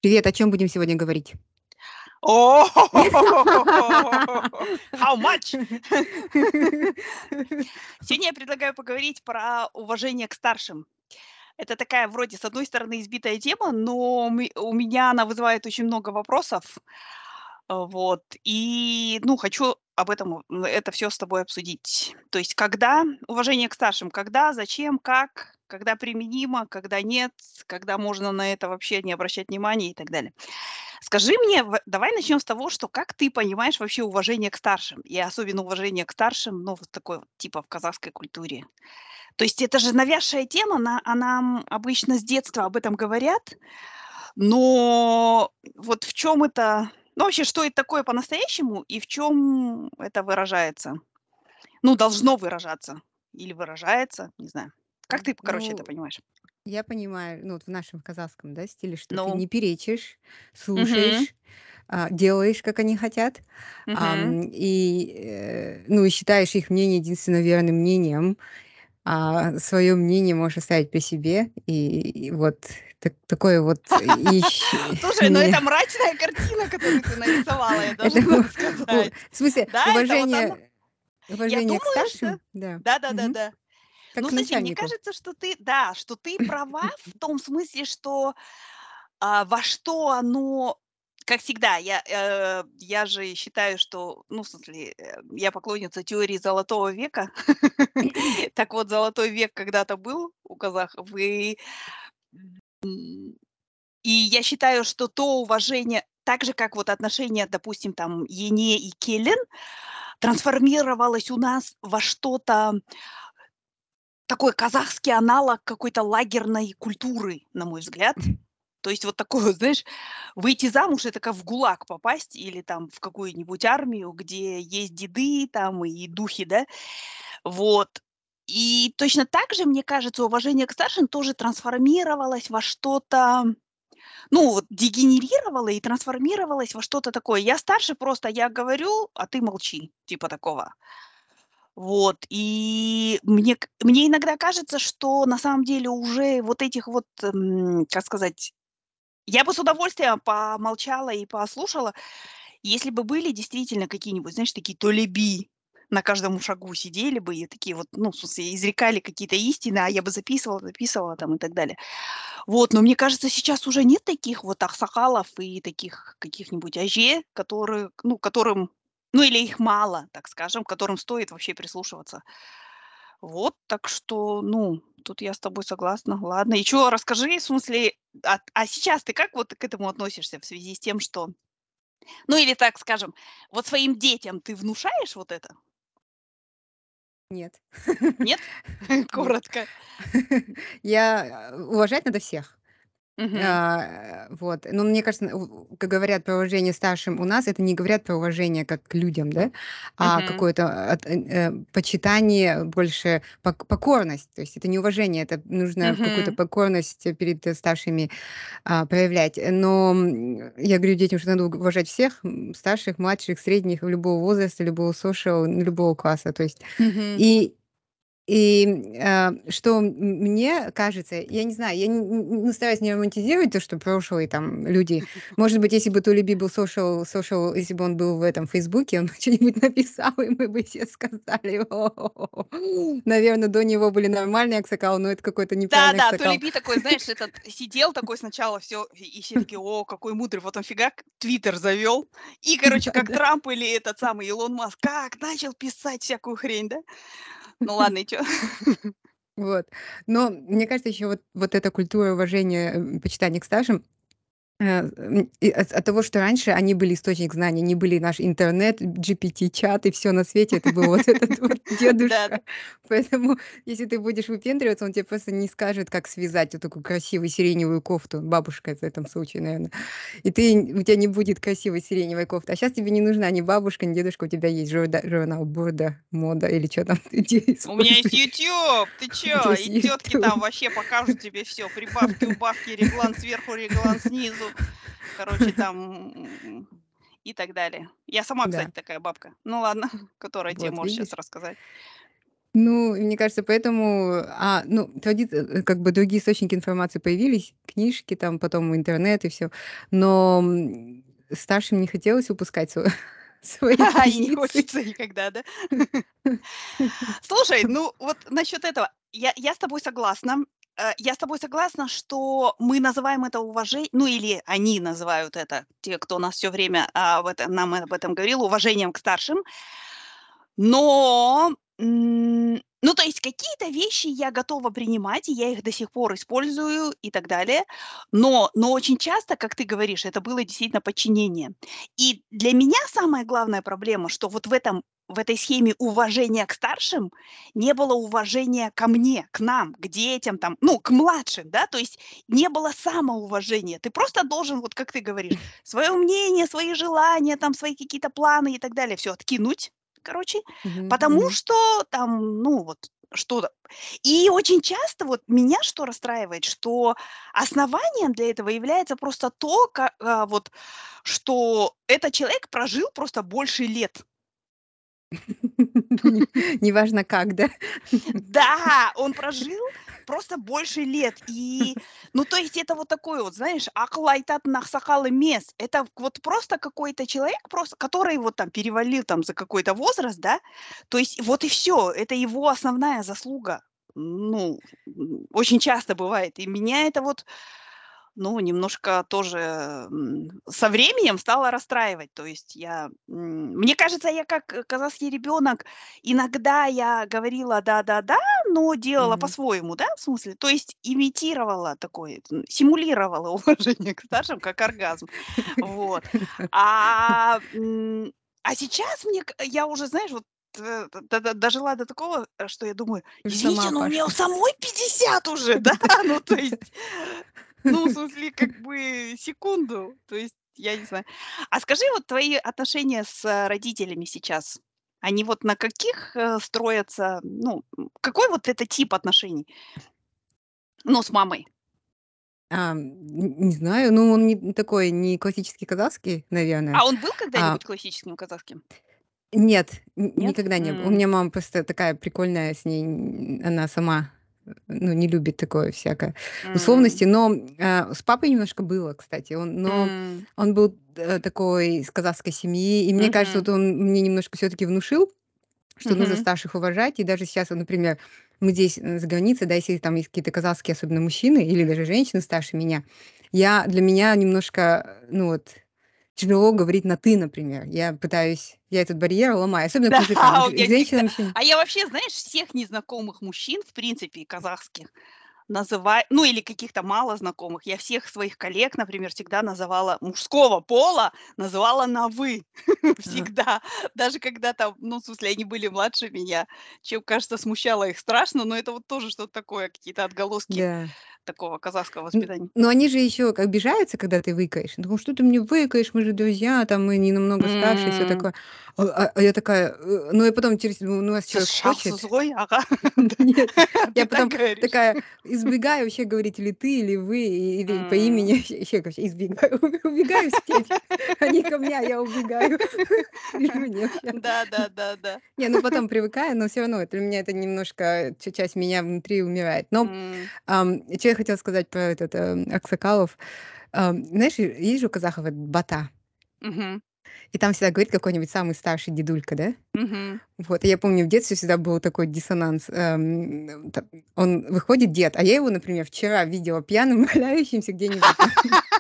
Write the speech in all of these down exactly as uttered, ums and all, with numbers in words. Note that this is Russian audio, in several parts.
Привет, о чем будем сегодня говорить? О, how much? Сегодня я предлагаю поговорить про уважение к старшим. Это такая вроде, с одной стороны, избитая тема, но ме у меня она вызывает очень много вопросов. А, вот, и, ну, хочу об этом, м, это все с тобой обсудить. То есть когда уважение к старшим, когда, зачем, как, когда применимо, когда нет, когда можно на это вообще не обращать внимания и так далее. Скажи мне, в давай начнем с того, что как ты понимаешь вообще уважение к старшим? И особенно уважение к старшим, ну, вот такой вот, типа в казахской культуре. То есть это же навязшая тема, на она, м, обычно с детства об этом говорят, но вот в чем это, ну, вообще, что это такое по-настоящему и в чем это выражается? Ну, должно выражаться или выражается, не знаю. Как М, ты, короче, это ну, понимаешь? я понимаю, ну, вот в нашем казахском, да, стиле, что ты Ну, не перечишь, мгм, слушаешь, а, делаешь, как они хотят, мгм. ам, и, э, ну, и считаешь их мнение единственно верным мнением, а свое мнение можешь оставить при себе. И, и вот так- такое вот ищ- Слушай, ну не... это мрачная картина, которую ты нарисовала, я Это должна у- у- сказать. в смысле Да, это вот оно. уважение, Я уважение к думаю, что старшим, да, мгм, да-да-да-да. как Ну, к смотри, мне начальнику. кажется, что ты, да, что ты права в том смысле, что, а, во что оно как всегда, я, э, я же считаю, что, ну, в смысле, э, я поклонница теории золотого века. Так вот, золотой век когда-то был у казахов, и И я считаю, что то уважение, так же, как вот отношение, допустим, там Ене и Келен, трансформировалось у нас во что-то такой казахский аналог какой-то лагерной культуры, на мой взгляд. То есть вот такое, вот, знаешь, выйти замуж — это как в ГУЛАГ попасть или там в какую-нибудь армию, где есть деды там и духи, да. Вот. И точно так же, мне кажется, уважение к старшим тоже трансформировалось во что-то, ну, вот дегенерировала и трансформировалась во что-то такое. Я старше просто, я говорю, а ты молчи, типа такого. Вот, и мне к мне иногда кажется, что на самом деле уже вот этих вот, м, как сказать, я бы с удовольствием помолчала и послушала, если бы были действительно какие-нибудь, знаешь, такие толеби, на каждом шагу сидели бы и такие вот, ну, в смысле, изрекали какие-то истины, а я бы записывала, записывала там и так далее. Вот, но мне кажется, сейчас уже нет таких вот аксакалов и таких каких-нибудь аже, которые, ну, которым, ну, или их мало, так скажем, которым стоит вообще прислушиваться. Вот, так что, ну, тут я с тобой согласна. Ладно, и чё, расскажи, в смысле, а, а сейчас ты как вот к этому относишься в связи с тем, что, ну, или так скажем, вот своим детям ты внушаешь вот это? Нет. Нет? Нет. Коротко. Я, э, уважать надо всех. Мгм. А, вот. Но мне кажется, у как говорят про уважение старшим у нас, это не говорят про уважение как к людям, да, а Мгм. какое-то от э, э, почитание, больше пок покорность. То есть это не уважение, это нужно какую-то Мгм. покорность перед э, старшими, а, проявлять. Но, м, я говорю детям, что надо уважать всех, м, старших, младших, средних, любого возраста, любого social, любого класса. То есть Мгм. и и, а, что м мне кажется, я не знаю, я н н ну, стараюсь не романтизировать то, что прошлые там люди. Может быть, если бы Тули был social social, если бы он был в этом "Фейсбуке", он бы чё-нибудь написал, и мы бы все сказали: "О, наверно, до него были нормальные аксакалы, но это какой-то неправильный Да-да, аксакал". Толеби такой, знаешь, этот сидел такой сначала, все и и все такие: "О, какой мудрый". Потом фигак, "Твиттер" завел и, короче, как Да-да. Трамп или этот самый Илон Маск, как начал писать всякую хрень, да? Ну ладно, и чё? Вот. Но мне кажется, еще вот вот эта культура уважения, м, почитания к старшим. Э, м, и от от того, что раньше они были источник знаний, они были наш интернет, G P T-чат и все на свете. Это был вот этот вот Да-да. дедушка. Поэтому, если ты будешь выпендриваться, он тебе просто не скажет, как связать вот такую красивую сиреневую кофту. Бабушка в этом случае, наверно. И ты у тебя не будет красивой сиреневой кофты. А сейчас тебе не нужна ни бабушка, ни дедушка, у тебя есть журда журнал "Бурда мода" или что там ты где У меня есть используешь. YouTube, ты У тебя чё? есть И тетки там "Ютуб". вообще покажут тебе все, прибавки, убавки, реглан сверху, реглан снизу. Короче, там, м, и так далее. Я сама, кстати, Да, такая бабка. Ну ладно, которая тебе вот может сейчас видишь. рассказать. Ну, и мне кажется, поэтому, а, ну, тради э, как бы другие источники информации появились, книжки, там, потом интернет и всё. Но, м, старшим не хотелось упускать сво свои И не позиции. хочется никогда, да? Слушай, ну вот насчет этого я я с тобой согласна. Э, я с тобой согласна, что мы называем это уважень ну, или они называют это, те, кто нас всё время, а, об этом нам об этом говорил, уважением к старшим. Но, м, ну, то есть какие-то вещи я готова принимать, и я их до сих пор использую и так далее. Но но очень часто, как ты говоришь, это было действительно подчинение. И для меня самая главная проблема, что вот в этом в этой схеме уважения к старшим не было уважения ко мне, к нам, к детям, там, ну, к младшим, да. То есть не было самоуважения. Ты просто должен, вот как ты говоришь, своё мнение, свои желания, там, свои какие-то планы и так далее всё откинуть, короче, Мгм, потому мгм. что там, ну, вот что-то. И очень часто вот меня что расстраивает, что основанием для этого является просто то, ка а, вот, что этот человек прожил просто больше лет. Не неважно как, да? Да, он прожил просто больше лет. И, ну, то есть это вот такой вот, знаешь, акыл айтатын аксакал эмес. Это вот просто какой-то человек, просто который вот там перевалил там за какой-то возраст, да. То есть вот и всё. Это его основная заслуга. Ну, м, очень часто бывает. И меня это вот, ну, немножко тоже, м, со временем стало расстраивать. То есть я, м, мне кажется, я как, э, казахский ребенок, иногда я говорила "да-да-да", но делала Мгм. по-своему, да, в смысле, то есть имитировала такое, м, симулировала уважение к старшим, как оргазм. Вот. А, м, а сейчас мне к я уже, знаешь, вот, э, д д дожила до такого, э, что я думаю: Уже сама "Извините, но мне у опашка. самой пятьдесят уже, да?" Да. Ну, то есть, ну, в смысле, как бы, секунду. То есть, я не знаю. А скажи, вот твои отношения с родителями сейчас, они вот на каких, э, строятся, ну, м, какой вот это тип отношений? Ну, с мамой. Ам, н не знаю, ну, он не такой, не классический казахский, наверное. А он был А когда-нибудь классическим казахским? Нет, н Нет? никогда не был. У М. меня мама просто такая прикольная, с ней н она сама, э, ну, не любит такое всякое М. условности. Но, а, с папой немножко было, кстати. Он но М. он был, э, такой из казахской семьи. И мне кажется, Мгм. вот он мне немножко всё-таки внушил, что нужно Мгм. старших уважать. И даже сейчас вот, например, мы здесь, э, за границей, да, если там есть какие-то казахские, особенно мужчины или даже женщины старше меня, я для меня немножко, ну вот, тяжело говорить на "ты", например. Я пытаюсь я этот барьер ломаю, особенно к Да, мужикам. Вот у к меня всегда. женщинам еще н А я вообще, знаешь, всех незнакомых мужчин, в принципе, казахских, называ ну, или каких-то мало знакомых, я всех своих коллег, например, всегда называла мужского пола, называла на "вы". Ага. Всегда. Даже когда там, ну, в смысле, они были младше меня, чем, кажется, смущало их страшно, но это вот тоже что-то такое, какие-то отголоски Да. такого казахского Н воспитания. но они же еще как обижаются, когда ты выкаешь. Ну: "Что ты мне выкаешь? Мы же друзья, там, мы не намного старше", и всё М. такое. А а а я такая, э, ну, я потом через думаю: "Ну, вас Сез человек хочет". шахсыз ғой, аға. Да. Нет, я Ты так потом говоришь? такая избегаю вообще говорить или ты, или вы, и или по имени. М. Вообще вообще избегаю, убегаю в степь. Они ко мне, а я убегаю. Лишь бы не общаться. Да да да да. Не, ну, потом привыкаю, но всё равно для меня это немножко ч часть меня внутри умирает. Но, М. ам, чё я хотела сказать про этот, э, аксакалов. Ам, знаешь, есть же у казахов этот бата. Мгм. И там всегда говорит какой-нибудь самый старший дедулька, да? Мгм. Вот, и я помню, в детстве всегда был такой диссонанс. Эм, т он выходит дед, а я его, например, вчера видела пьяным, валяющимся где-нибудь там.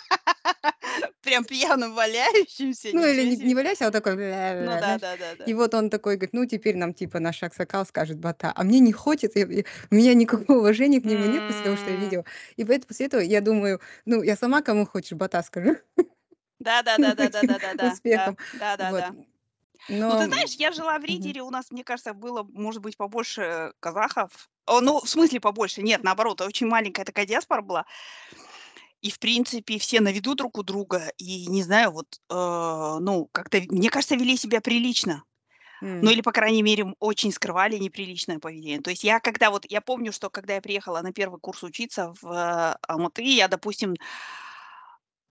Прям пьяным валяющимся, Ну, или ничего не не себе. валяющийся, а вот такой, Ну да знаешь. да да да. И вот он такой говорит: "Ну, теперь нам, типа, наш аксакал скажет бата". А мне не хочется, и и у меня никакого уважения к нему нет после того, что я М. видела. И поэт после этого я думаю: "Ну, я сама кому хочешь бата скажу". Да да да С да да таким да да да да успехом. да да Вот. да. Ну, Но, ты м знаешь, я жила в Мгм. Риддере, у нас, мне кажется, было, может быть, побольше казахов. О, ну, в смысле побольше, нет, наоборот, очень маленькая такая диаспора была. И, в принципе, все на виду друг у друга. И не знаю, вот, э, ну, как-то, мне кажется, вели себя прилично. Ну, М. или, по крайней мере, м, очень скрывали неприличное поведение. То есть я когда вот я помню, что когда я приехала на первый курс учиться в Алматы, я, допустим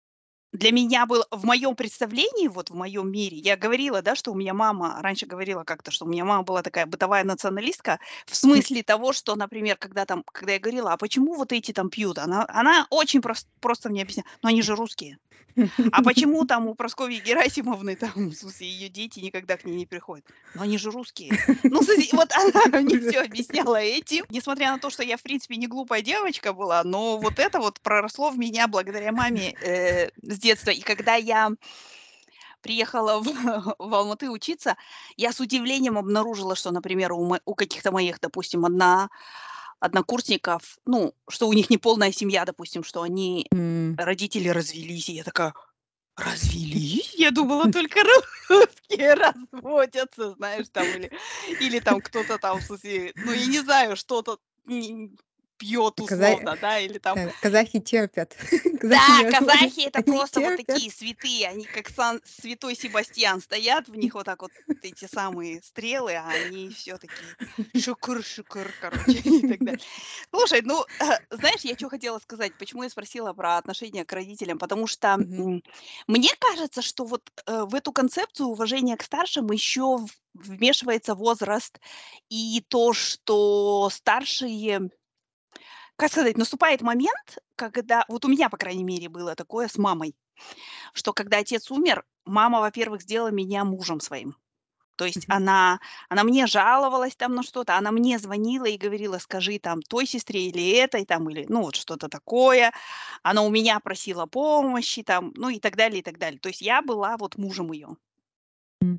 для меня было в моем представлении, вот в моем мире, я говорила, да, что у меня мама, раньше говорила как-то, что у меня мама была такая бытовая националистка, в смысле того, что, например, когда там, когда я говорила, а почему вот эти там пьют, она, она очень прос- просто мне объясняла, ну они же русские. А почему там у Прасковьи Герасимовны, там, в смысле, ее дети никогда к ней не приходят? Но они же русские. Ну, смотри, вот она мне все объясняла этим. Несмотря на то, что я, в принципе, не глупая девочка была, но вот это вот проросло в меня благодаря маме э, с детства. И когда я приехала в, в Алматы учиться, я с удивлением обнаружила, что, например, у, мо- у каких-то моих, допустим, одна однокурсников, ну, что у них не полная семья, допустим, что они М. родители развелись, и я такая: развелись? Я думала, только русские разводятся, знаешь, там, или или там кто-то там, в смысле, ну, я не знаю, что-то н пьет Каза условно, да, или там. да, казахи терпят. Казахи Да, не разводятся, казахи — это они просто вот терпят. такие святые, они как сан святой Себастьян стоят, в них вот так вот эти самые стрелы, а они все такие шукур-шукур, короче, и так далее. Слушай, ну, знаешь, я чё хотела сказать, почему я спросила про отношение к родителям, потому что, Мгм. м, мне кажется, что вот, э, в эту концепцию уважения к старшим еще в вмешивается возраст и то, что старшие, как сказать, наступает момент, когда вот у меня, по крайней мере, было такое с мамой, что когда отец умер, мама, во-первых, сделала меня мужем своим. То есть Мгм. она она мне жаловалась там на что-то, она мне звонила и говорила: "Скажи там той сестре или этой там", или, ну, вот что-то такое. Она у меня просила помощи там, ну, и так далее, и так далее. То есть я была вот мужем ее. М.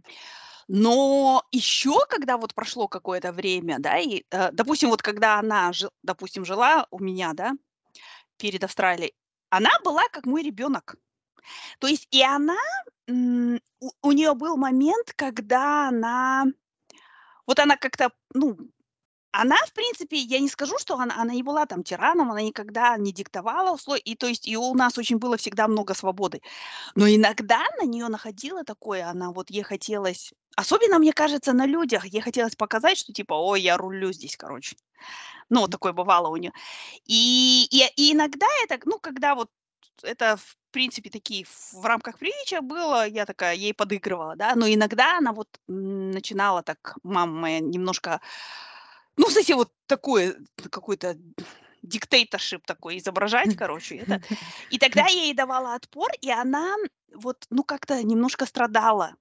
Но еще, когда вот прошло какое-то время, да, и, э, допустим, вот когда она жи допустим, жила у меня, да, перед Австралией, она была как мой ребенок. То есть и она, м, у у нее был момент, когда она вот она как-то, ну, она, в принципе, я не скажу, что она она не была там тираном, она никогда не диктовала условий, и то есть и у нас очень было всегда много свободы. Но иногда на нее находило такое, она вот ей хотелось, особенно, мне кажется, на людях, ей хотелось показать, что типа: "Ой, я рулю здесь", короче. Ну, вот такое бывало у нее. И и и иногда это, ну, когда вот это, в принципе, такие в в рамках приличия было, я такая ей подыгрывала, да. Но иногда она вот, м, начинала так, мама моя, немножко, ну, кстати, вот такое, какой-то диктейторшип такой изображать, короче, это. И тогда я ей давала отпор, и она вот, ну, как-то немножко страдала.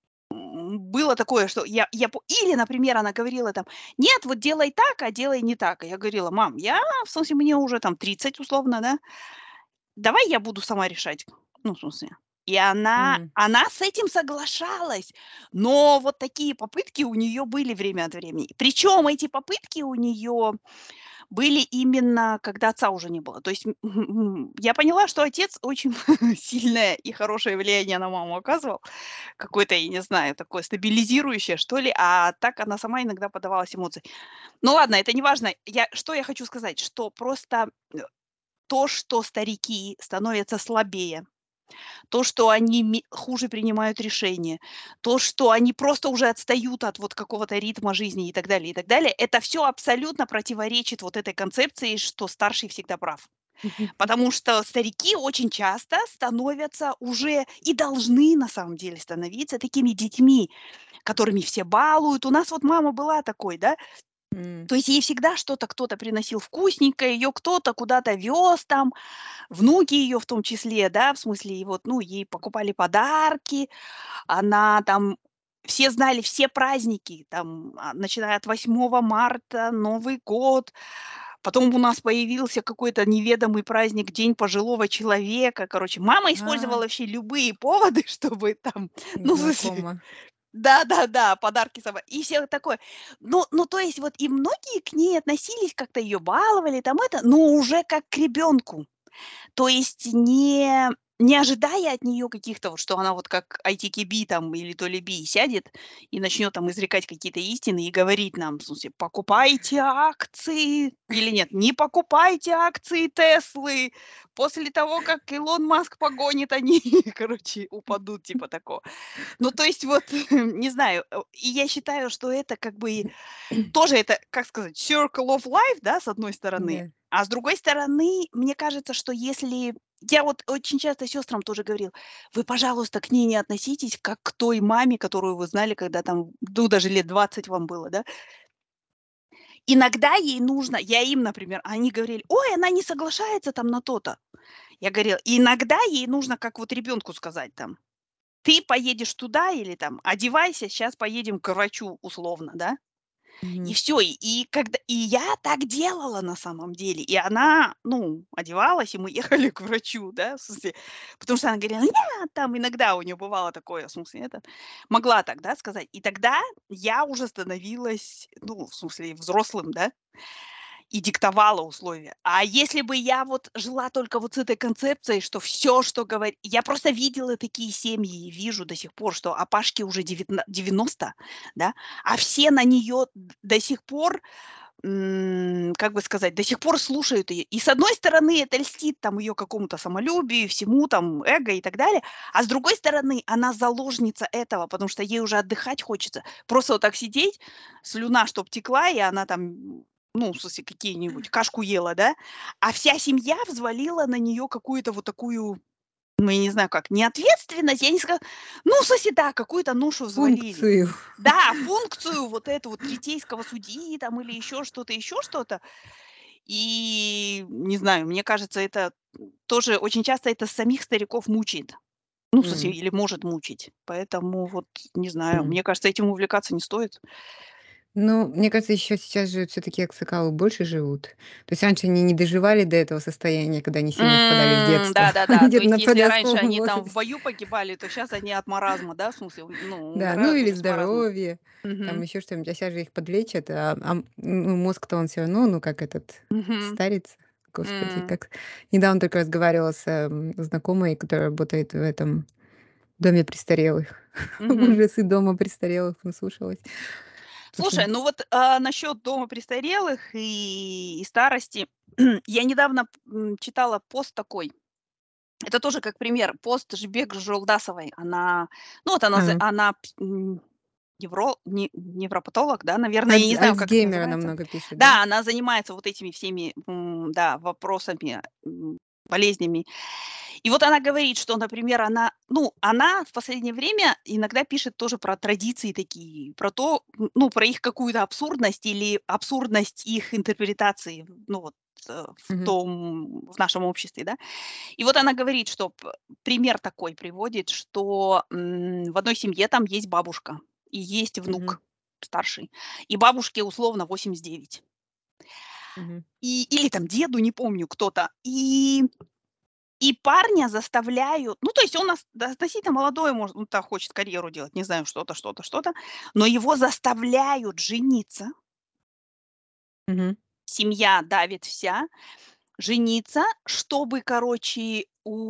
М, было такое, что я я по или, например, она говорила там: "Нет, вот делай так, а делай не так". А я говорила: "Мам, я, в смысле, мне уже там тридцать условно, да, давай я буду сама решать". Ну, в смысле. И она М. она с этим соглашалась, но вот такие попытки у нее были время от времени. Причем эти попытки у нее были именно, когда отца уже не было. То есть, м, м, я поняла, что отец очень сильное и хорошее влияние на маму оказывал. Какое-то, я не знаю, такое стабилизирующее, что ли, а так она сама иногда поддавалась эмоциям. Ну ладно, это не важно. Я что я хочу сказать, что просто, э, то, что старики становятся слабее, то, что они ме хуже принимают решения, то, что они просто уже отстают от вот какого-то ритма жизни и так далее, и так далее, это все абсолютно противоречит вот этой концепции, что старший всегда прав. Потому что старики очень часто становятся уже и должны на самом деле становиться такими детьми, которыми все балуют. У нас вот мама была такой, да, М. то есть ей всегда что-то кто-то приносил вкусненькое, ее кто-то куда-то вез там, внуки ее в том числе, да, в смысле, и вот, ну, ей покупали подарки, она там, все знали все праздники, там, а, начиная от восьмого марта, Новый год. Потом у нас появился какой-то неведомый праздник, День пожилого человека. Короче, мама использовала А, вообще любые поводы, чтобы там, ну, в смысле, знакомо. да-да-да, подарки сама и все такое. Ну ну, то есть вот и многие к ней относились, как-то ее баловали, там это, но уже как к ребенку. То есть не не ожидая от нее каких-то вот, что она вот как ай ти кей би там или то ли би сядет и начнет там изрекать какие-то истины и говорить нам, в смысле: "Покупайте акции" или нет: "Не покупайте акции Теслы. После того, как Илон Маск погонит, они, короче, упадут", типа такого. Ну, то есть вот, не знаю, э, и я считаю, что это как бы тоже это, как сказать, circle of life, да, с одной стороны. Да. А с другой стороны, мне кажется, что если я вот очень часто сестрам тоже говорила: "Вы, пожалуйста, к ней не относитесь как к той маме, которую вы знали, когда там, ну, даже лет двадцать вам было, да". Иногда ей нужно, я им, например, они говорили: "Ой, она не соглашается там на то-то". Я говорила: "Иногда ей нужно, как вот ребенку сказать там: ты поедешь туда или там одевайся, сейчас поедем к врачу", условно, да. И Мгм. все. И и когда и я так делала на самом деле. И она, ну, одевалась, и мы ехали к врачу, да, в смысле, потому что она говорила: "Нет", там иногда у нее бывало такое, в смысле, это, могла так, да, сказать. И тогда я уже становилась, ну, в смысле, взрослым, да, и диктовала условия. А если бы я вот жила только вот с этой концепцией, что все, что говорит, я просто видела такие семьи и вижу до сих пор, что Апашке уже девятна девяносто, да, а все на нее до сих пор, м, как бы сказать, до сих пор слушают ее. И с одной стороны, это льстит там ее какому-то самолюбию, всему там, эго и так далее, а с другой стороны, она заложница этого, потому что ей уже отдыхать хочется. Просто вот так сидеть, слюна чтоб текла, и она там, ну, в смысле, какие-нибудь кашку ела, да, а вся семья взвалила на нее какую-то вот такую, ну, я не знаю как, не ответственность, я не ска ну, в смысле, да, какую-то ношу взвалили. Функцию. Да, функцию вот эту вот третейского судьи там или еще что-то, еще что-то. И не знаю, мне кажется, это тоже очень часто это самих стариков мучает. Ну, в смысле, М, или может мучить. Поэтому вот не знаю, м. мне кажется, этим увлекаться не стоит. Ну, мне кажется, еще сейчас же все-таки аксакалы больше живут. То есть раньше они не доживали до этого состояния, когда они сильно впадали в М, детство. да-да-да. То Где-то есть на если раньше подростковом они там в возрасте. бою погибали, то сейчас они от маразма, да, в смысле, у ну, Да, ну умирают или уже с маразмом. здоровье, там Мгм. еще что-нибудь. А сейчас же их подлечат, а, а м, ну, мозг-то он все равно, ну как этот, Мгм. старится. Господи, М. как... Недавно только разговаривала с м, знакомой, которая работает в этом доме престарелых. Мгм. Ужасы дома престарелых наслушалась. Слушай, Слушай, ну вот, а, насчет дома престарелых и и старости. Я недавно, м, читала пост такой. Это тоже как пример. Пост Жибек Жолдасовой. Она, ну, вот она за а, она п м, невро не невропатолог, да, наверное, я Альц- не знаю, как это Альцгеймер она называется. много пишет, да? Да, она занимается вот этими всеми, м, да, вопросами, м, болезнями. И вот она говорит, что, например, она, ну, она в последнее время иногда пишет тоже про традиции такие, про то, м, ну, про их какую-то абсурдность или абсурдность их интерпретации, ну, вот, э, в Мгм, том, в нашем обществе, да. И вот она говорит, что п пример такой приводит, что, м, в одной семье там есть бабушка и есть мгм, внук старший, и бабушке условно восемьдесят девять. мгм, И или там деду, не помню, кто-то. И и парня заставляют, ну, то есть он нас да, относительно молодой, может, он так хочет карьеру делать, не знаю, что-то, что-то, что-то, но его заставляют жениться. мгм. Семья давит вся. Жениться, чтобы, короче,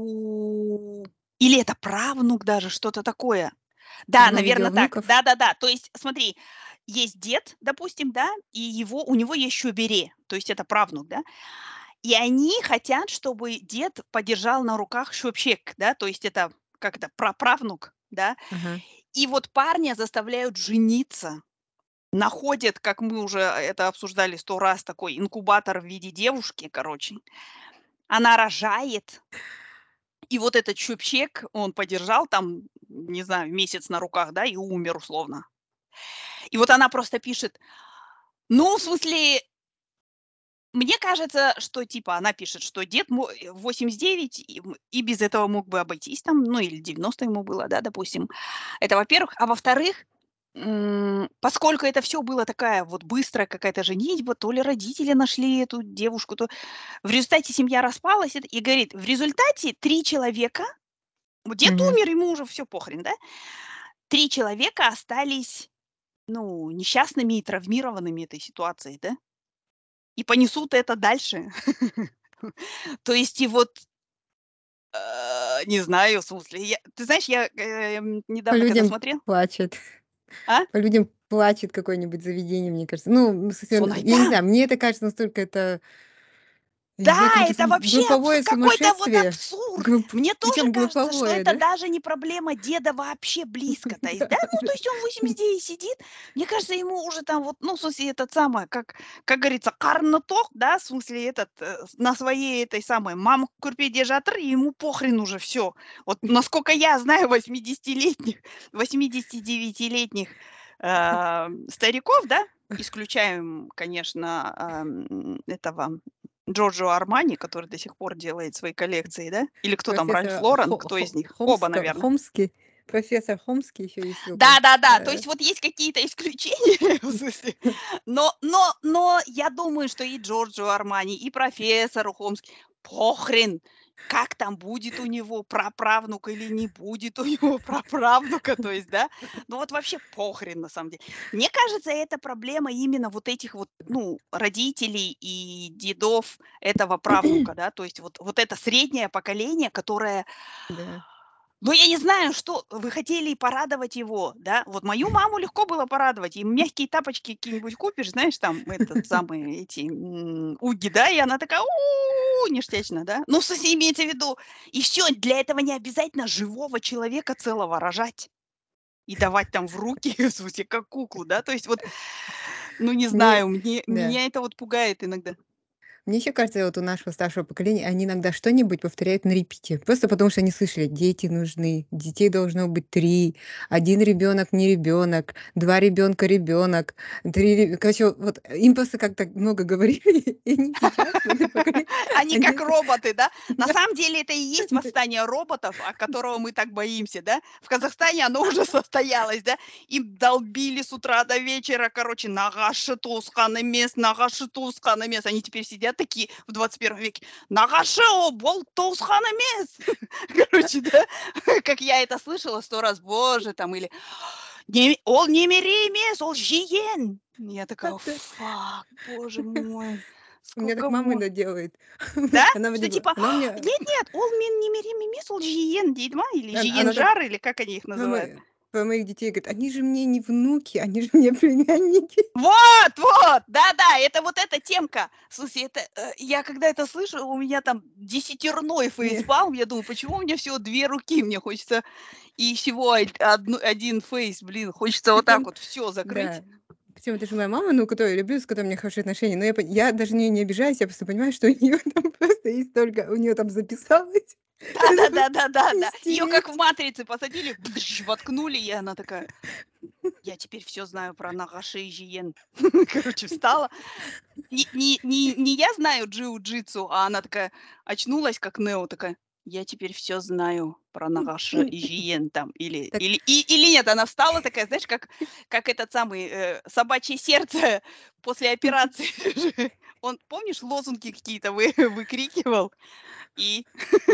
у или это правнук даже, что-то такое. Чтобы Да, он видел наверно, так. внуков? Да-да-да. То есть смотри, есть дед, допустим, да, и его у него есть шобере, то есть это правнук, да. И они хотят, чтобы дед подержал на руках шопщек, да, то есть это, как это, праправнук, да. Ага. И вот парня заставляют жениться. Находят, как мы уже это обсуждали сто раз, такой инкубатор в виде девушки, короче. Она рожает, и вот этот чубчик он подержал там, не знаю, месяц на руках, да, и умер условно. И вот она просто пишет: "Ну, в смысле, мне кажется, что типа", она пишет, что дед мо э, восемьдесят девять и м и без этого мог бы обойтись там, ну, или девяносто ему было, да, допустим. Это, во-первых. А во-вторых, м, поскольку это все было такая вот быстрая какая-то женитьба, то ли родители нашли эту девушку, то в результате семья распалась. Это и говорит, в результате три человека, вот дед Мгм. умер, ему уже все похрен, да, три человека остались, ну, несчастными и травмированными этой ситуацией, да, и понесут это дальше. То есть и вот, э, не знаю, в смысле, я ты знаешь, я, эм, По недавно когда людям смотрела. плачет. А? По людям плачет какое-нибудь заведение, мне кажется. Ну, в смысле, Вон н и я не там. знаю, мне это кажется настолько это, я не Да, знаю, каким-то это сум вообще абс групповое какой-то вот сумасшествие. абсурд. Глуп Мне тоже причем кажется, что глуповое, это да? даже не проблема деда вообще близко. То есть, да, Да, ну, да. то есть он восемьдесят девять сидит, мне кажется, ему уже там вот, ну, в смысле, этот самый, как как говорится, карны ток, да, в смысле, этот, э, с на своей этой самой мама көрпеде жатыр, и ему похрен уже всё. Вот насколько я знаю восьмидесятилетних, восьмидесятидевятилетних, ам, стариков, да, исключаем, конечно, ам, этого Джорджио Армани, который до сих пор делает свои коллекции, да, или кто там, Ральф Профессора Лорен, Хо кто Хо из них? Оба, Хомско наверно. Хомский, профессор Хомский ещё есть такой. Да-да-да, то Э. есть вот есть какие-то исключения, в смысле, но но но я думаю, что и Джорджио Армани, и профессору Хомски похрен, как там будет у него праправнук или не будет у него праправнука, то есть, да. Ну вот вообще похрен на самом деле. Мне кажется, это проблема именно вот этих вот, ну, родителей и дедов этого правнука, да. То есть вот вот это среднее поколение, которое Да. ну, я не знаю, что вы хотели порадовать его, да. Вот мою маму легко было порадовать. Ей мягкие тапочки какие-нибудь купишь, знаешь, там, этот самый, эти, м, "Угги", да, и она такая: "У, ништячно", да. Ну, в смысле, имеется в виду, и всё, для этого не обязательно живого человека целого рожать и давать там в руки, в смысле, как куклу, да. То есть вот, ну, не Мне знаю, мне да. меня это вот пугает иногда. Мне ещё кажется, вот у нашего старшего поколения, они иногда что-нибудь повторяют на репите. Просто потому, что они слышали: дети нужны, детей должно быть три, один ребёнок не ребёнок, два ребёнка ребёнок, три ре короче, вот им просто как-то много говорили, и они сейчас в этом поколении, Они они как это роботы, да? На да. самом деле это и есть Да. восстание роботов, от которого мы так боимся, да? В Казахстане оно уже состоялось, да? Им долбили с утра до вечера, короче: "Нағашы туысқан емес, нағашы туысқан емес". Они теперь сидят такие в двадцать первом веке: "Нағашы ол бұл туысқан емес". Короче, да, как я это слышала сто раз, боже, там, или: "Не ол немере емес, ол жиен". Я такая: Да-да. "Фак, боже мой, У меня так сколько мама мо" иногда делает. Да? Она Что вроде бы типа: она у меня "Нет-нет, ол мен немерем емес, ол жиен" дейді ма, или Ан она так жиенжар, или как они их про называют? мо про моих детей говорит: "Они же мне не внуки, они же мне племянники". Вот вот! Да-да, это вот эта темка. В смысле, это, э, я когда это слышу, у меня там десятерной Не. фейспалм. Я думаю: "Почему у меня всего две руки? Мне хочется и всего од одну один фейс, блин, хочется вот так Причём вот всё закрыть". да, причём это же моя мама, ну, которую я люблю, с которой у меня хорошие отношения. Но я пон я даже на неё не обижаюсь, я просто понимаю, что у неё там просто есть столько, у неё там записалось. Это просто не Да-да-да-да-да-да. Её как в стереть. "Матрице" посадили, бдыщ воткнули, и она такая: "Я теперь всё знаю про нағашы и жиен". Короче, встала. Не не не не я знаю джиу-джитсу, а она такая очнулась, как Нео, такая: "Я теперь всё знаю про нағашы и жиен", там, или Так или и или нет, она встала такая, знаешь, как как этот самый, э, "Собачье сердце" после операции же. Он, помнишь, лозунги какие-то вы выкрикивал? И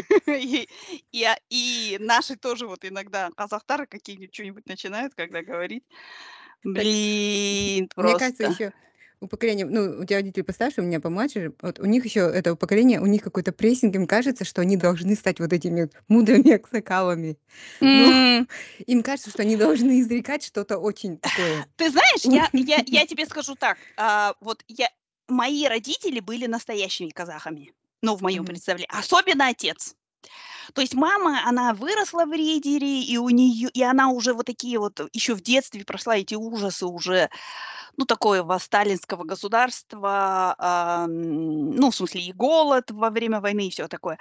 и и, а, и наши тоже вот иногда казахтары какие-нибудь чё-нибудь начинают, когда говорить. Так Блин, мне кажется, просто. ещё у поколения, ну, у тебя родители постарше, у меня помладше, вот у них ещё, этого поколения, у них какой-то прессинг. Им кажется, что они должны стать вот этими вот мудрыми аксакалами. Ну, М. им кажется, что они должны изрекать что-то очень такое Ты знаешь, я я умное. я тебе скажу так, а, вот я мои родители были настоящими казахами, ну, в моём Мгм. представлении, особенно отец. То есть мама, она выросла в Риддере, и у неё и она уже вот такие вот ещё в детстве прошла эти ужасы уже, ну, такого сталинского государства, ам, ну, в смысле, и голод во время войны, и всё такое.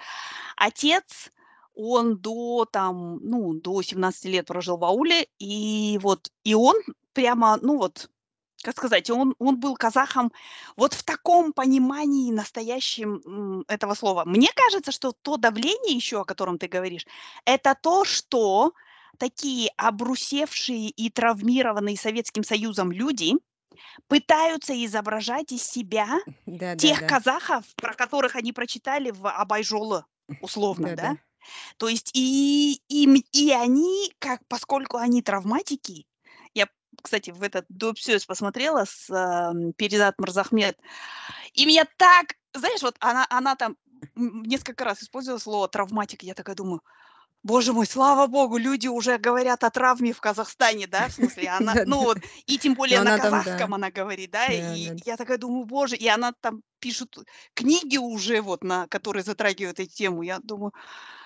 Отец, он до там, ну, до семнадцати лет прожил в ауле, и вот, и он прямо, ну вот, как сказать, он он был казахом вот в таком понимании настоящем, м, этого слова. Мне кажется, что то давление ещё, о котором ты говоришь, это то, что такие обрусевшие и травмированные Советским Союзом люди пытаются изображать из себя тех Да-да-да. казахов, про которых они прочитали в "Абай жолы", условно, да. Да-да. То есть и им и они, как поскольку они травматики. Я, кстати, в этот "Допсёз" посмотрела с, ам, Перизат Мырзахмет, и меня так, знаешь, вот она она там, м, несколько раз использовала слово "травматик". Я такая думаю: "Боже мой, слава богу, люди уже говорят о травме в Казахстане", да, в смысле, она, ну Да-да. вот, и тем Но более на она там, да. казахском она говорит, да. И Да-да. я такая думаю: "Боже", и она там пишет книги уже вот, на которые затрагивают эту тему. Я думаю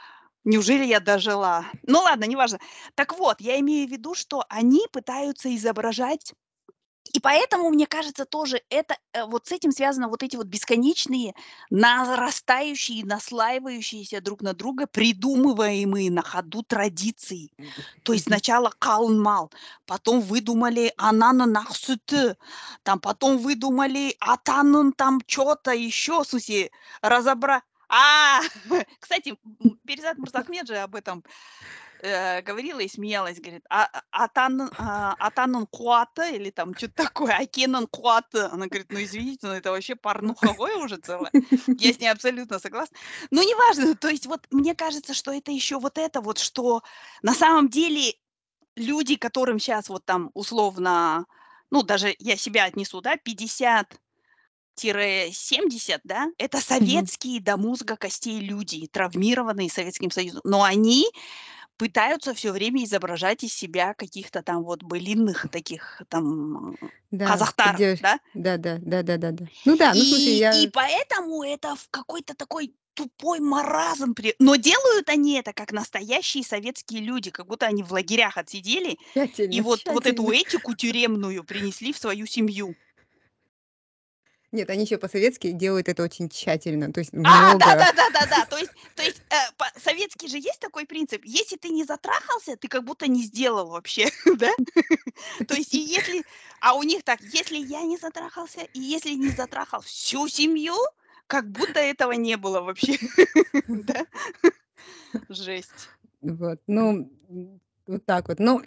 Неужели я дожила? Ну ладно, неважно. Так вот, я имею в виду, что они пытаются изображать, и поэтому, мне кажется, тоже это, э, вот с этим связано вот эти вот бесконечные, нарастающие, наслаивающиеся друг на друга, придумываемые на ходу традиции. М, То есть мгм. сначала калмал, потом выдумали анананахсуты, там потом выдумали атанун там чё-то еще, в смысле, разобра А, кстати, м, Перизат Мурзахмед же об этом, э, говорила и смеялась, говорит: "А а атан а, атанун куаты" или там чё-то такое, "акенун куаты". Она говорит: "Ну, извините, но это вообще порнуховое уже целое". Я с ней абсолютно согласна. Но неважно, то есть вот мне кажется, что это еще вот это вот, что на самом деле люди, которым сейчас вот там условно, ну, даже я себя отнесу, да, пятьдесят семьдесят, да, это Мгм. советские до мозга костей люди, травмированные Советским Союзом. Но они пытаются все время изображать из себя каких-то там вот былинных таких там Да, казахтар, поддерж да. да, да, да-да-да-да. Ну да, ну, в смысле, И и я поэтому это в какой-то такой тупой маразм при но делают они это как настоящие советские люди, как будто они в лагерях отсидели и тщательно вот вот эту тщательно. этику тюремную принесли в свою семью. Нет, они еще по-советски делают это очень тщательно, то есть А, много. да-да-да-да-да. То есть то есть, э, по советский же есть такой принцип: если ты не затрахался, ты как будто не сделал вообще, да? То есть и если а у них так: если я не затрахался, и если не затрахал всю семью, как будто этого не было вообще, да? Жесть. Вот, ну, м, вот так вот. Ну,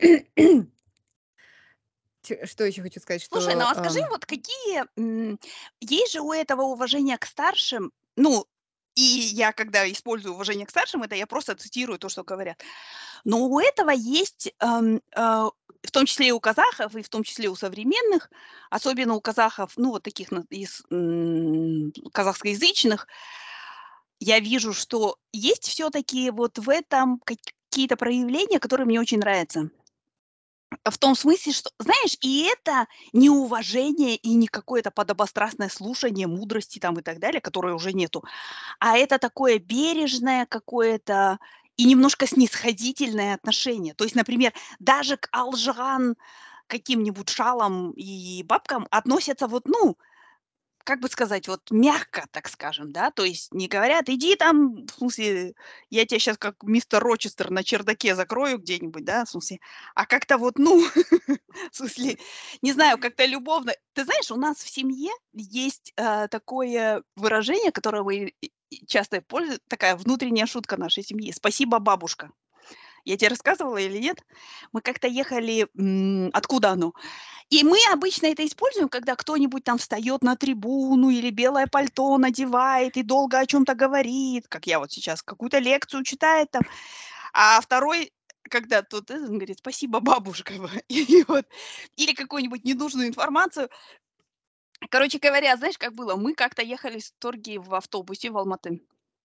чё что еще хочу сказать, Слушай, ну что, а скажи, ам, вот какие, м, есть же у этого уважения к старшим, ну, и я, когда использую уважение к старшим, это я просто цитирую то, что говорят. Но у этого есть, ам, а, в том числе и у казахов, и в том числе у современных, особенно у казахов, ну, вот таких на из, м, казахскоязычных, я вижу, что есть все-таки вот в этом какие-то проявления, которые мне очень нравятся. В том смысле, что, знаешь, и это не уважение и не какое-то подобострастное слушание мудрости там и так далее, которой уже нету, а это такое бережное какое-то и немножко снисходительное отношение. То есть, например, даже к алжан каким-нибудь шалам и бабкам относятся вот, ну, как бы сказать, вот мягко, так скажем, да. То есть не говорят: "Иди там, в смысле, я тебя сейчас как мистер Рочестер на чердаке закрою где-нибудь", да, в смысле, а как-то вот, ну, в смысле, не знаю, как-то любовно. Ты знаешь, у нас в семье есть, э, такое выражение, которое мы и и часто пользуем, такая внутренняя шутка нашей семьи: "Спасибо, бабушка". Я тебе рассказывала или нет? Мы как-то ехали, м, откуда оно? И мы обычно это используем, когда кто-нибудь там встает на трибуну или белое пальто надевает и долго о чем то говорит, как я вот сейчас, какую-то лекцию читает там, а второй, когда тут этот, он говорит: "Спасибо, бабушка". И вот или какую-нибудь ненужную информацию. Короче говоря, знаешь, как было? Мы как-то ехали с торги в автобусе в Алматы,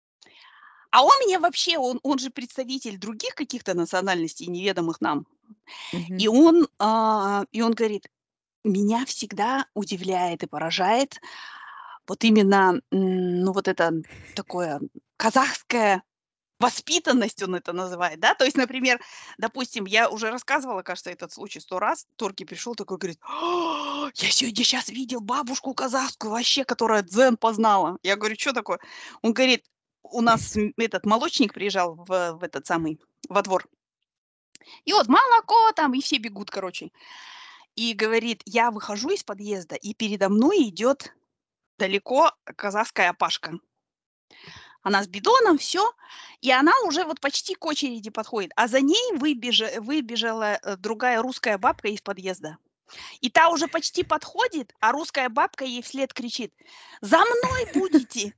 а он мне вообще, он он же представитель других каких-то национальностей, неведомых нам. мгм. И он, а, и он говорит: "Меня всегда удивляет и поражает вот именно, м, ну, вот это такое казахская воспитанность", он это называет, да. То есть, например, допустим, я уже рассказывала, кажется, этот случай сто раз. Торки пришел такой, говорит: "А, я сегодня сейчас видел бабушку казахскую вообще, которая дзен познала". Я говорю: "Что такое?" Он говорит: "У нас, м, этот молочник приезжал в в этот самый, во двор, и вот молоко там, и все бегут, короче". И говорит: "Я выхожу из подъезда, и передо мной идет далеко казахская пашка. Она с бидоном, все, и она уже вот почти к очереди подходит, а за ней выбежа выбежала, э, другая русская бабка из подъезда. И та уже почти подходит, а русская бабка ей вслед кричит: "За мной будете!"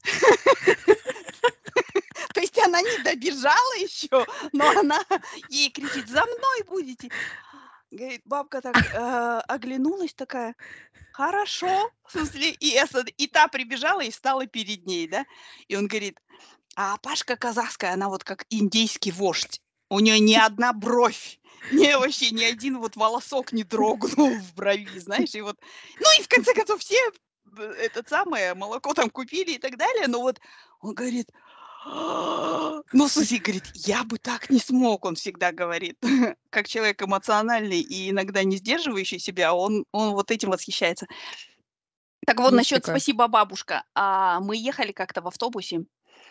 То есть она не добежала еще, но она ей кричит: "За мной будете!" Говорит, бабка так, э, оглянулась такая: "Хорошо". В смысле, и эса и та прибежала и встала перед ней, да. И он говорит: "А Пашка казахская, она вот как индейский вождь. У нее ни одна бровь, ни вообще ни один вот волосок не дрогнул в брови", знаешь. И вот, ну и в конце концов все, б этот самое, молоко там купили и так далее. Но вот он говорит: Ну, в смысле, говорит, я бы так не смог, он всегда говорит. Как человек эмоциональный и иногда не сдерживающий себя, он, он вот этим восхищается. Так вот, Есть насчет такое. «Спасибо, бабушка». А, мы ехали как-то в автобусе,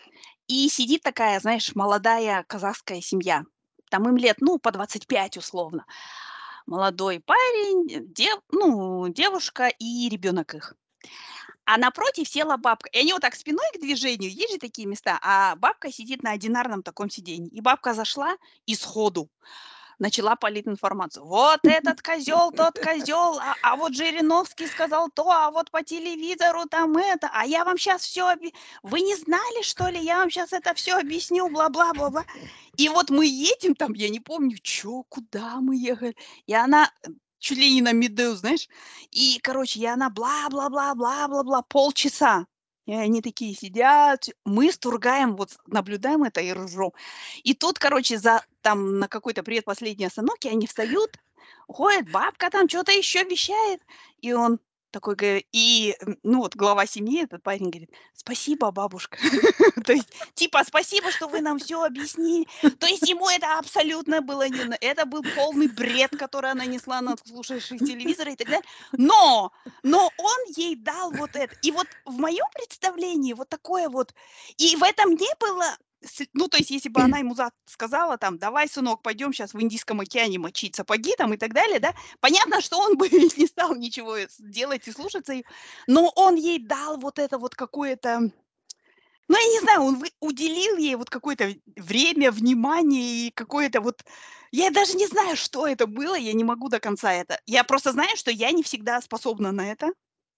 и сидит такая, знаешь, молодая казахская семья. Там им лет, ну, по двадцать пять условно. Молодой парень, э, дев ну, девушка и ребенок их. А напротив села бабка. И они вот так спиной к движению, есть же такие места, а бабка сидит на одинарном таком сиденье. И бабка зашла и сходу начала палить информацию. Вот этот козел, тот козел, а, а вот Жириновский сказал то, а вот по телевизору там это, а я вам сейчас все, вы не знали, что ли, я вам сейчас это все объясню, бла-бла-бла-бла. И вот мы едем там, я не помню, что, куда мы ехали, и она э, чуть ли не на Медею, знаешь, и, короче, и она бла-бла-бла-бла-бла-бла полчаса. И они такие сидят, мы с Тургаем вот наблюдаем это и ржем. И тут, короче, за там на какой-то предпоследней остановке они встают, ходят, бабка там что то еще вещает. И он такой говорит, и, м, ну, вот глава семьи, этот парень говорит: "Спасибо, бабушка". То есть, типа: "Спасибо, что вы нам все объяснили". То есть ему это абсолютно было не на это был полный бред, который она несла, слушавшись телевизора и так далее. Но но он ей дал вот это. И вот в моем представлении вот такое вот и в этом не было с ну, то есть, если бы она ему за сказала там: "Давай, сынок, пойдем сейчас в Индийском океане мочить сапоги", там и так далее, да, понятно, что он бы не стал ничего с делать и слушаться её. Но он ей дал вот это вот какое-то, ну, я не знаю, он вы уделил ей вот какое-то в время, внимание и какое-то вот я даже не знаю, что это было, я не могу до конца это. Я просто знаю, что я не всегда способна на это.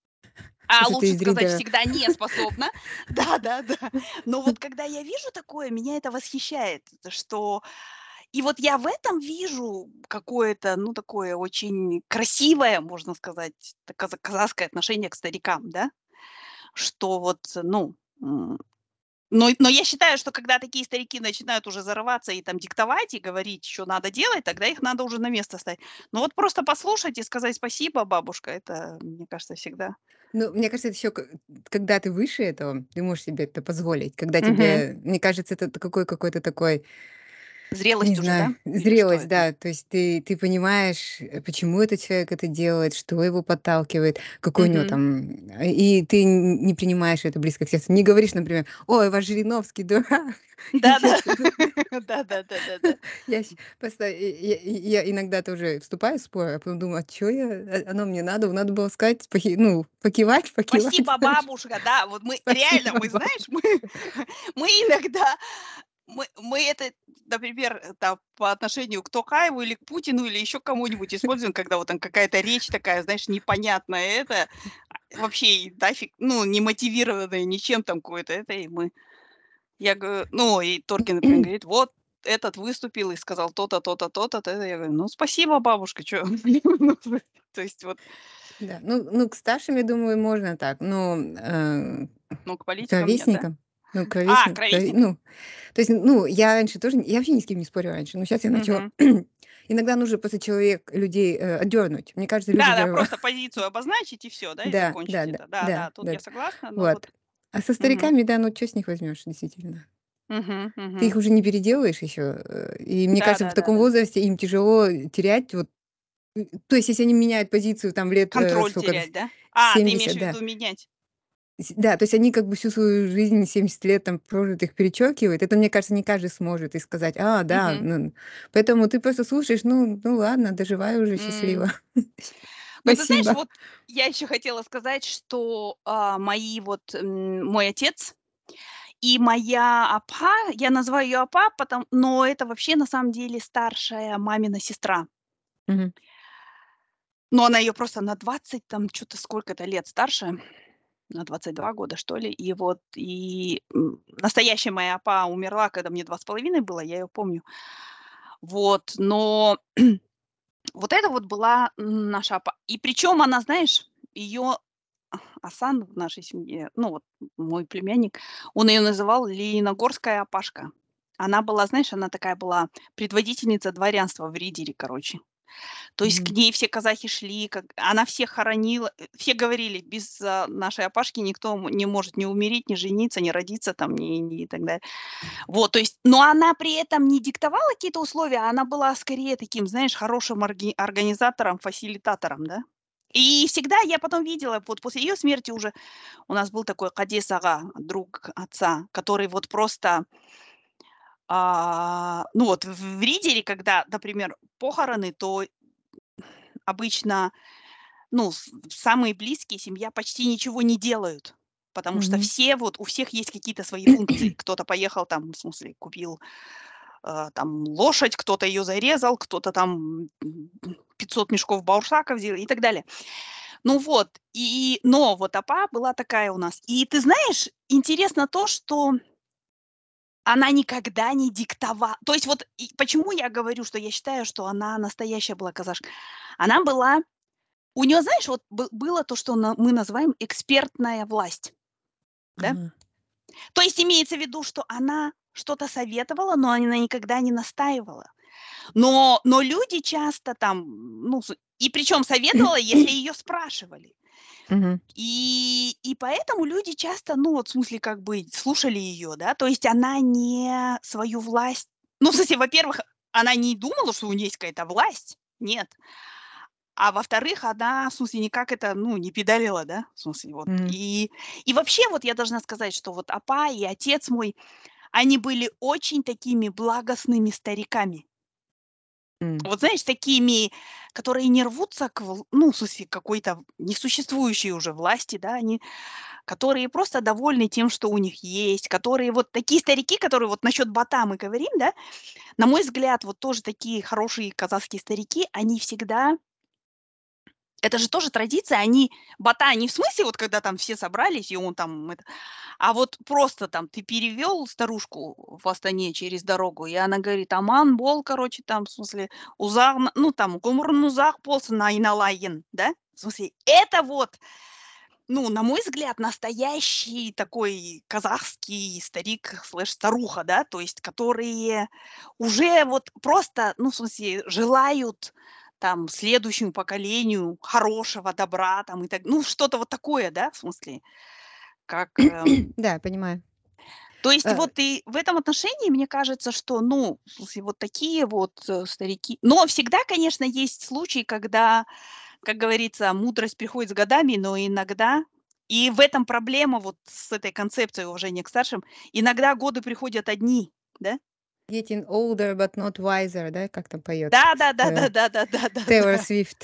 А Это ты лучше из сказать, ряда всегда не способна. Да-да-да. Но вот когда я вижу такое, меня это восхищает, что и вот я в этом вижу какое-то, ну, такое очень красивое, можно сказать, та каза казахское отношение к старикам, да. Что вот, ну, м, но но я считаю, что когда такие старики начинают уже зарываться и там диктовать, и говорить, что надо делать, тогда их надо уже на место ставить. Но вот просто послушать и сказать: "Спасибо, бабушка", это, мне кажется, всегда. Ну, мне кажется, это еще когда ты выше этого, ты можешь себе это позволить. Когда Мгм. тебе, мне кажется, это какой какой-то такой, не Зрелость уже, знаю, да? Или что зрелость, это? да. То есть ты ты понимаешь, э, почему этот человек это делает, что его подталкивает, какой у него Мгм. там, э, и ты н не принимаешь это близко к сердцу. Не говоришь, например: "Ой, ваш Жириновский дурак". И Да-да. щас тут Да-да-да-да-да. я щ просто я я иногда тоже вступаю в спор, а потом думаю: "А чё я? Э, оно мне надо? Надо было сказать, похи ну, покивать покивать, "Спасибо, знаешь. бабушка". Да, вот мы реально, Спасибо, мы, знаешь, бабушка". мы мы иногда мы мы это, например, э, там по отношению к Токаеву или к Путину, или еще к кому-нибудь используем, когда вот там какая-то речь такая, знаешь, непонятная это, а, вообще и нафиг, ну, не мотивированная ничем там какое-то это, и мы я говорю, ну, и Торкин, например, говорит: "Вот этот выступил и сказал то-то, то-то, то-то". То я говорю: "Ну, спасибо, бабушка, чё". То есть вот, Да, ну ну, к старшим, я думаю, можно так, но, э, ну, к к политикам нет, да? ровесникам, ну, к А, к ровесникам, к рови ровесникам? ну, то есть, ну, я раньше тоже не я вообще ни с кем не спорила раньше, но щас я начала Мгм. иногда нужно просто человек людей, э, отдёрнуть. Мне кажется, люди Да-да, же просто позицию обозначить и всё, да, и Да, закончить да, да, это. Да-да, да, тут да, я согласна, но вот. вот А со мгм. стариками, да, ну, чё с них возьмёшь, действительно? Мгм, Ты их мгм. уже не переделаешь ещё, э, и мне кажется, в таком Да-да-да-да. возрасте им тяжело терять вот, м, то есть, если они меняют позицию там лет, э, Контроль сколько, терять, да? А, ты имеешь семьдесят, в да. виду менять? Сь Да, то есть они как бы всю свою жизнь, семьдесят лет там прожитых перечеркивают. Это, мне кажется, не каждый сможет и сказать: "А, да, Мгм. ну". Поэтому ты просто слушаешь: "Ну ну ладно, доживай уже М. счастливо. Ну, ты знаешь, Спасибо". вот я еще хотела сказать, что, а, мои вот, м, мой отец и моя апа, я называю ее апа, потом но это вообще на самом деле старшая мамина сестра. Мгм. Но она ее просто на двадцать там чё то сколько-то лет старше, на двадцать два года, что ли. И вот, и, м, настоящая моя апа умерла, когда мне два с половиной было, я ее помню. Вот, но вот это вот была, м, наша апа. И причем она, знаешь, ее Асан в нашей семье, ну вот мой племянник, он ее называл "Лениногорская апашка". Она была, знаешь, она такая была предводительница дворянства в Риддере, короче. То есть к Мгм. ней все казахи шли, как она всех хоронила. Э, все говорили: "Без, а, нашей Апашки никто м не может ни умереть, ни жениться, ни родиться там, ни ни и так далее". Вот, то есть, но она при этом не диктовала какие-то условия, а она была скорее таким, знаешь, хорошим орги организатором, фасилитатором, да. И всегда я потом видела, вот после ее смерти уже у нас был такой Кадес ага, друг отца, который вот просто, а, ну вот в в Риддере, когда, например, похороны, то обычно, ну, с самые близкие, семья почти ничего не делают, потому что Мгм. все вот, у всех есть какие-то свои функции. Кто-то поехал там, в смысле, купил, э, там лошадь, кто-то ее зарезал, кто-то там, м, пятьсот мешков бауршака взял и так далее. Ну вот, и но вот Апа была такая у нас. И ты знаешь, интересно то, что она никогда не диктова то есть вот и почему я говорю, что я считаю, что она настоящая была казашка. Она была у нее, знаешь, вот бы было то, что на мы называем экспертная власть, да. Ага. То есть имеется в виду, что она что-то советовала, но она никогда не настаивала. Но но люди часто там, ну, с и причем советовала, если ее спрашивали. Мгм. И и поэтому люди часто, ну, вот в смысле, как бы слушали ее, да. То есть она не свою власть ну, в смысле, во-первых, она не думала, что у нее есть какая-то власть. Нет. А во-вторых, она, в смысле, никак это, ну, не педалила, да. В смысле, вот. Мгм. И и вообще, вот я должна сказать, что вот Апа и отец мой, они были очень такими благостными стариками. М. Вот знаешь, такими, которые не рвутся к вл ну, в смысле, какой-то несуществующей уже власти, да. Они, которые просто довольны тем, что у них есть, которые вот такие старики, которые вот насчет Бата мы говорим, да. На мой взгляд, вот тоже такие хорошие казахские старики, они всегда это же тоже традиция, они Бата не в смысле, вот когда там все собрались, и он там это, а вот просто там ты перевел старушку в Астане через дорогу, и она говорит: "Аман бол", короче, там, в смысле, узак на ну, там, "гомурун узак болсын, айналайын", да. В смысле, это вот, ну, на мой взгляд, настоящий такой казахский старик слэш старуха, да, то есть которые уже вот просто, ну, в смысле, желают там следующему поколению хорошего, добра там и так, ну, что-то вот такое, да, в смысле, как, эм Да, понимаю. То есть Э, вот и в этом отношении мне кажется, что, ну, в смысле, вот такие вот, э, старики. Но всегда, конечно, есть случаи, когда, как говорится, мудрость приходит с годами, но иногда и в этом проблема вот с этой концепцией уважения к старшим. Иногда годы приходят одни, да? Getting older but not wiser, да, как там поет, э, Тейлор Да-да-да-да-да-да-да-да. Свифт.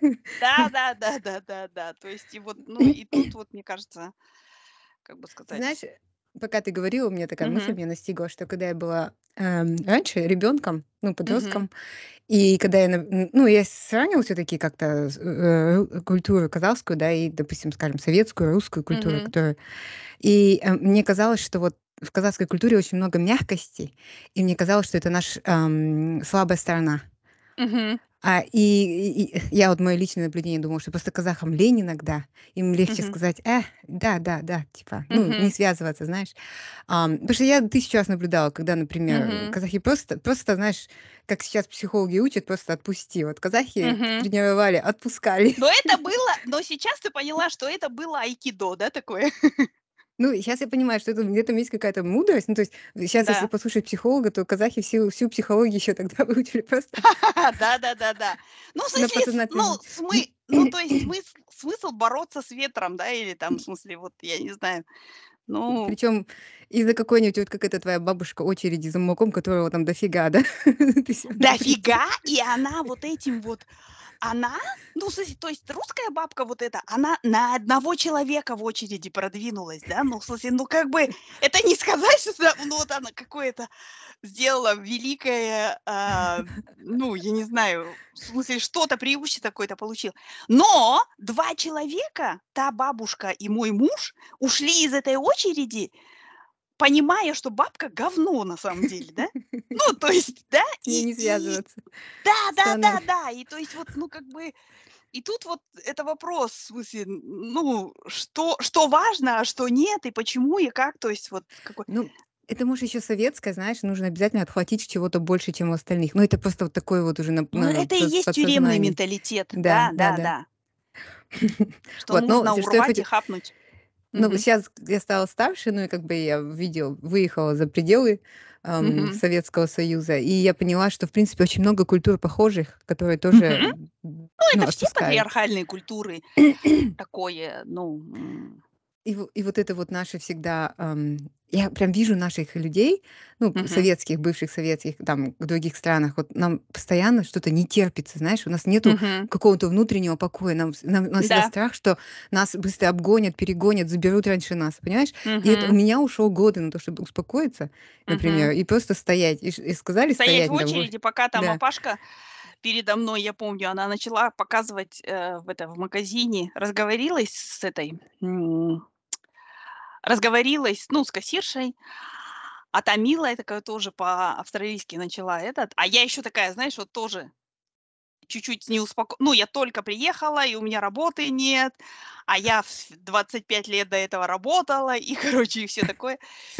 Да-да-да-да-да-да. То есть и вот, ну, и тут вот, мне кажется, как бы Ты знаешь, сказать. э, пока ты говорила, у меня такая мысль Мгм. меня настигла, что когда я была, эм, раньше ребенком, ну, Мгм. подростком, и когда я, на н ну, я сравнивала все таки как-то с э, э, культуру казахскую, да, и, допустим, скажем, советскую, русскую культуру, Мгм. которую и, э, мне казалось, что вот в казахской культуре очень много мягкости, и мне казалось, что это наш, ам, слабая сторона. Мгм. А, и и и я вот моё личное наблюдение думала, что просто казахам лень иногда, им легче Мгм. сказать: "Э, да-да-да", типа, ну, не Мгм. связываться, знаешь. Ам, потому что я тысячу раз наблюдала, когда, например, Мгм. казахи просто просто, знаешь, как сейчас психологи учат, просто отпусти. Вот казахи Мгм. тренировали, отпускали. Но это было но сейчас ты поняла, что это было айкидо, да, такое? Ну, сейчас я понимаю, что это в этом есть какая-то мудрость. Ну, то есть сейчас, если Да. послушать психолога, то казахи всю всю психологию еще тогда выучили просто Да-да-да-да. Ну, в на смысле, с ну, подсознательном смы ну, то есть смысл смысл бороться с ветром, да, или там, в смысле, вот я не знаю, ну. Причем из-за какой-нибудь, вот как эта твоя бабушка, очереди за молоком, которого там дофига, да? То есть она прийти. Дофига, и она вот этим вот она, ну, в смысле, то есть русская бабка вот эта, она на одного человека в очереди продвинулась, да. Ну, в смысле, ну, как бы это не сказать, что да, ну, вот она какое-то сделала великое, а, ну, я не знаю, в смысле, что-то преимущество какое-то получила. Но два человека, та бабушка и мой муж, ушли из этой очереди, понимая, что бабка говно на самом деле, да. Ну, то есть, да, С ней и не и связываться. Странно. да-да-да-да. И то есть вот, ну, как бы, и тут вот это вопрос, в смысле, н ну, что что важно, а что нет, и почему, и как, то есть вот какой. Ну, Это, может, еще советское, знаешь, нужно обязательно отхватить чего-то больше, чем у остальных. Ну, это просто вот такое вот уже на Ну, на это и подсоз есть тюремный подсознании. менталитет. Да, Да, да, да-да. да. Что Вот, но нужно з что я урвать и хочу хапнуть. ну, Мгм. сейчас я стала старше, ну, и как бы я видео выехала за пределы, ам, Мгм. Советского Союза, и я поняла, что, в принципе, очень много культур похожих, которые тоже, Мгм. м, Ну, ну, это все отпускают. патриархальные культуры. Такое, ну, м, И во и вот это вот наше всегда, ам, я прям вижу наших людей, ну, мгм. советских, бывших советских, там, в других странах, вот нам постоянно что-то не терпится, знаешь, у нас нету Мгм. какого-то внутреннего покоя, нам вс нам у нас всегда Да. страх, что нас быстро обгонят, перегонят, заберут раньше нас, понимаешь? И это у Мгм. меня ушел годы на то, чтобы успокоиться, например, Мгм. и просто стоять. И ш и сказали Стоять стоять, в ну, там, в очереди, пока там да. опашка передо мной, я помню, она начала показывать, э, в это, в магазине, разговорилась с этой, м, разговорилась, ну, с кассиршей, а та милая такая тоже по-австралийски начала этот, а я еще такая, знаешь, вот тоже чуть-чуть не успоко ну, я только приехала, и у меня работы нет, а я в двадцать пять лет до этого работала, и, короче, и всё такое.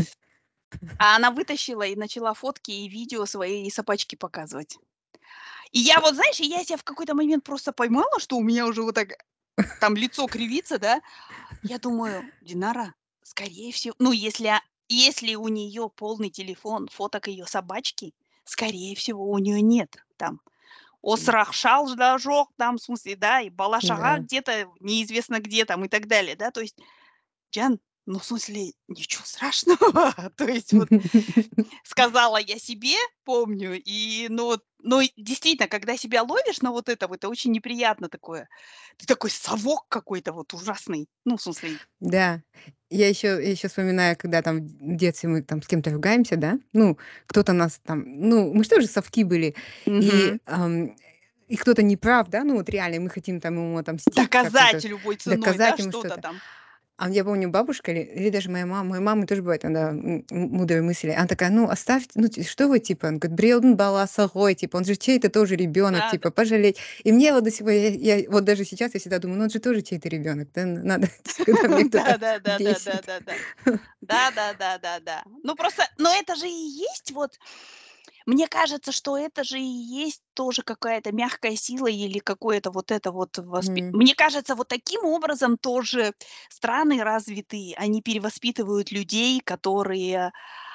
А она вытащила и начала фотки и видео своей собачки показывать. И я вот, знаешь, и я себя в какой-то момент просто поймала, что у меня уже вот так там лицо кривится, да. Я думаю: "Динара, скорее всего, ну, если, а, если у нее полный телефон фоток ее собачки, скорее всего, у нее нет там М, осрахшалждажок, там, в смысле, да, и балашага да. где-то неизвестно где там и так далее, да". То есть, Диан, ну, в смысле, ничего страшного. То есть вот сказала я себе, помню, и, ну вот, ну, и действительно, когда себя ловишь на вот это вот, это очень неприятно такое. Ты такой совок какой-то вот ужасный. Ну, в смысле. Да. Я еще я еще вспоминаю, когда там в детстве мы там с кем-то ругаемся, да, ну, кто-то нас там, ну, мы же тоже совки были, и, Мгм. ам, и кто-то не прав, да, ну, вот реально, и мы хотим там ему отомстить, как Доказать это, любой ценой, да, доказать ему что-то что-то. там. А я помню, бабушка или, или даже моя мама, моей мамы тоже бывает иногда м, м, мудрые мысли. Она такая, ну, оставьте, ну, т- что вы, типа, он говорит, Брелден баласагой, типа, он же чей-то тоже ребенок, Да, да. типа, пожалеть. И мне вот до сих пор, я, я- вот даже сейчас я всегда думаю, ну, он же тоже чей-то ребенок, да, н- надо, когда меня кто-то бесит. Да-да-да-да-да-да-да. Да-да-да-да-да. Ну, просто, но это же и есть вот, мне кажется, что это же и есть тоже какая-то мягкая сила или какое-то вот это вот воспи М, мне кажется, вот таким образом тоже страны развитые, они перевоспитывают людей, которые,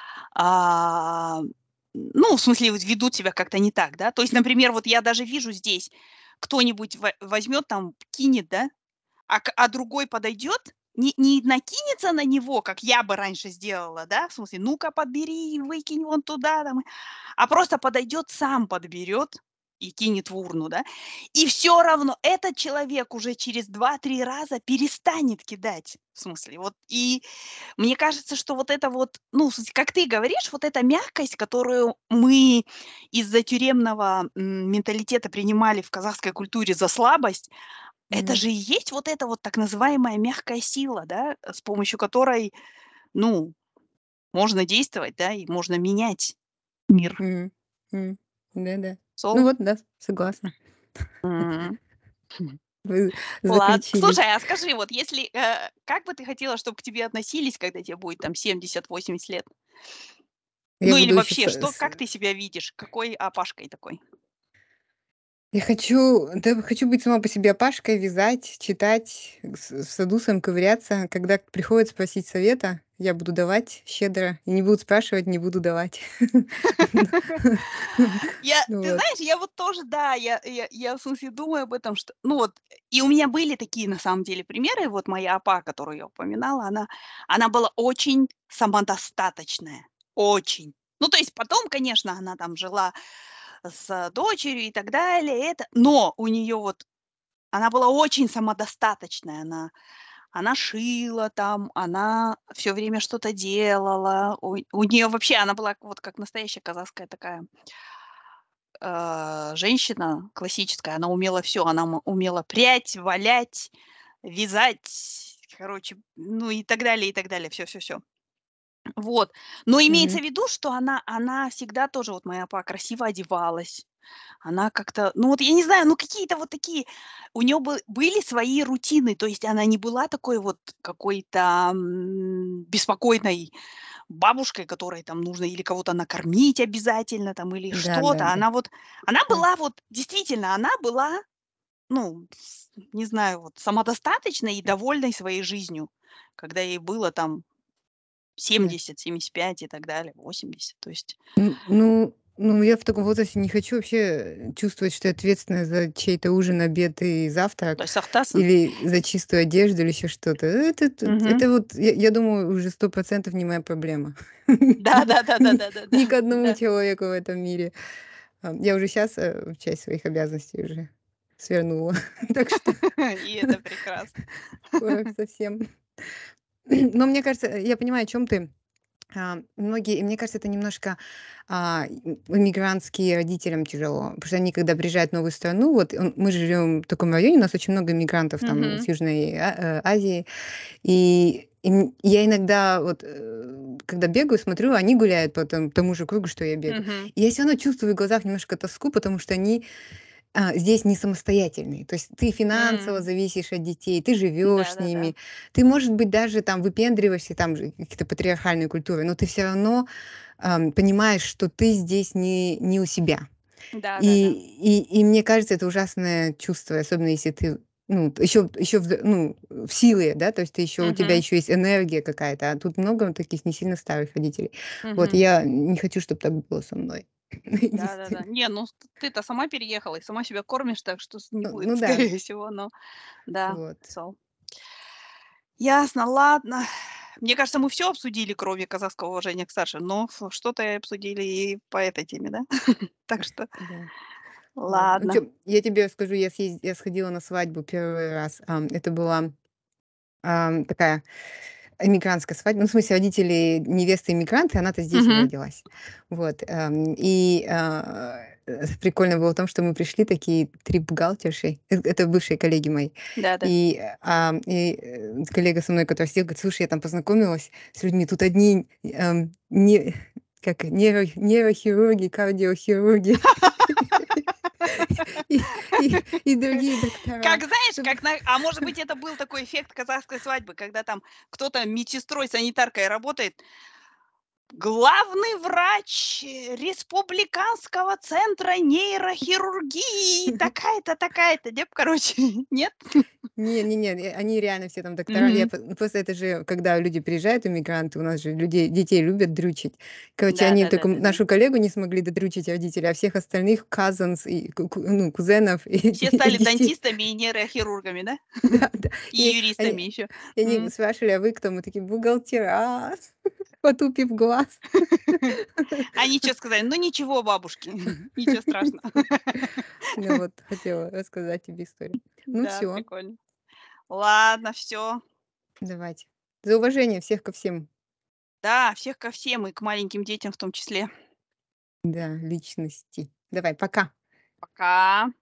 а, ну, в смысле, вот ведут себя как-то не так, да. То есть, например, вот я даже вижу здесь, кто-нибудь во возьмет там, кинет, да, а к а другой подойдет, не не накинется на него, как я бы раньше сделала, да, в смысле: "Ну-ка, подбери, выкинь вон туда там", а просто подойдет, сам подберет и кинет в урну, да. И все равно этот человек уже через два-три раза перестанет кидать. В смысле, вот и мне кажется, что вот это вот, ну, в смысле, как ты говоришь, вот эта мягкость, которую мы из-за тюремного, м, менталитета принимали в казахской культуре за слабость, это м, же и есть вот эта вот так называемая мягкая сила, да, э, с помощью которой, ну, можно действовать, да, и можно менять мир. м, м. Да-да. Ну Сол. вот, да, согласна. М. Хм. Вы Ладно. заключили. Слушай, а скажи, вот если, э, как бы ты хотела, чтобы к тебе относились, когда тебе будет там семьдесят-восемьдесят лет? Я Ну или буду еще вообще, что, как с, ты себя видишь? Какой Апашкой такой? Я хочу, да, хочу быть сама по себе опашкой, вязать, читать, с в саду своем ковыряться. Когда приходят спросить совета, я буду давать щедро. И не будут спрашивать, не буду давать. Я, Ну ты вот. знаешь, я вот тоже, да, я я я, в смысле, думаю об этом, что, ну вот, и у меня были такие, на самом деле, примеры. Вот моя апа, которую я упоминала, она она была очень самодостаточная, очень. Ну, то есть потом, конечно, она там жила с дочерью и так далее, это, но у нее вот она была очень самодостаточная. Она она шила там, она все время что-то делала. У у нее вообще она была вот как настоящая казахская такая а, женщина классическая, она умела все, она м умела прядь, валять, вязать, короче, ну и так далее, и так далее. Все, все, все. Вот. Но имеется Мгм. в виду, что она она всегда тоже, вот моя па, красиво одевалась. Она как-то, ну вот я не знаю, ну какие-то вот такие у нее были свои рутины. То есть она не была такой вот какой-то, м, беспокойной бабушкой, которой там нужно или кого-то накормить обязательно там, или что-то. Да-да-да. Она вот, она Да. была вот, действительно, она была, ну, с не знаю, вот самодостаточной и довольной своей жизнью, когда ей было там Да. семьдесят, семьдесят пять и так далее, восемьдесят. То есть Н ну ну, я в таком возрасте не хочу вообще, э, чувствовать, что я ответственна за чей-то ужин, обед и завтрак, Weißt du, auch das sind или за чистую одежду, или еще что-то. Это тут Мгм. это вот, я я думаю, уже сто процентов не моя проблема. Да Ни да да да ни да да ни да, к одному да. человеку в этом мире. А, я уже щас, э, часть своих обязанностей уже свернула, так что И это прекрасно. ой, совсем. Но мне кажется, э, я понимаю, о чём ты. А, многие, мне кажется, это немножко, а, м иммигрантские родителям тяжело, потому что они, когда приезжают в новую страну, вот, м, мы живем в таком районе, у нас очень много иммигрантов там с Мгм. Южной А э, Азии. И и м я иногда вот, э, когда бегаю, смотрю, они гуляют по там тому же кругу, что я бегаю. Мгм. И я всё равно чувствую в глазах немножко тоску, потому что они, а, здесь не самостоятельные. То есть ты финансово М. зависишь от детей, ты живешь с Да-да-да. ними, ты, может быть, даже там выпендриваешься, там же какие-то патриархальные культуры, но ты всё равно, ам, понимаешь, что ты здесь не не у себя. И Да-да-да. и и мне кажется, это ужасное чувство, особенно если ты, ну, еще еще в ну, в силе, да, то есть ты еще, у тебя Мгм. еще есть энергия какая-то, а тут много таких не сильно старых родителей. Вот Мгм. я не хочу, чтоб так было со мной. Да-да-да. Единственно. Не, ну, с ты-то сама переехала и сама себя кормишь, так что с не Э, будет, ну да. скорее всего, но да, Вот. so. Ясно, ладно. Мне кажется, мы всё обсудили, кроме казахского уважения к старшим, но ф что-то и обсудили и по этой теме, да? Так что Да. Вот. Ну ладно. чё, я тебе расскажу, я съез я сходила на свадьбу первый раз. Ам, это была, ам, такая эмигрантская свадьба. Ну, в смысле, родители невесты иммигранты, она-то здесь уже Мгм. родилась. Вот, ам, и, а, э, прикольно было в том, что мы пришли такие три бухгалтерши, э это бывшие коллеги мои. Да-да. И, ам, и, э, коллега со мной, который сидел, говорит: "Слушай, я там познакомилась с людьми, тут одни, ам, не как нейро нейрохирурги, кардиохирурги и и и другие Как доктора". знаешь, Ну как п на а может быть, это был такой эффект казахской свадьбы, когда там кто-то медсестрой, санитаркой работает. Главный врач республиканского центра нейрохирургии такая-то, такая-то. Деп короче, нет? Не не не, э, они реально все там доктора. Я Мгм. п просто это же, когда люди приезжают, иммигранты, у нас же людей детей любят дрючить. Короче, они только Да-да-да-да-да. нашу коллегу не смогли додрючить родители, а всех остальных cousins и ку ку ну, кузенов и Все и стали детей. дантистами и нейрохирургами, да? Да, да. И И юристами они еще. и они М. спрашивали: "А вы кто?" Мы такие: "Бухгалтера", потупив глаз. Они чё сказали? Ну, ничего, бабушки, ничего страшного. Ну вот, хотела рассказать тебе историю. Ну Да, всё. прикольно. Ладно, всё. Давайте. За уважение всех ко всем. Да, всех ко всем, и к маленьким детям в том числе. Да, личности. Давай, пока. Пока.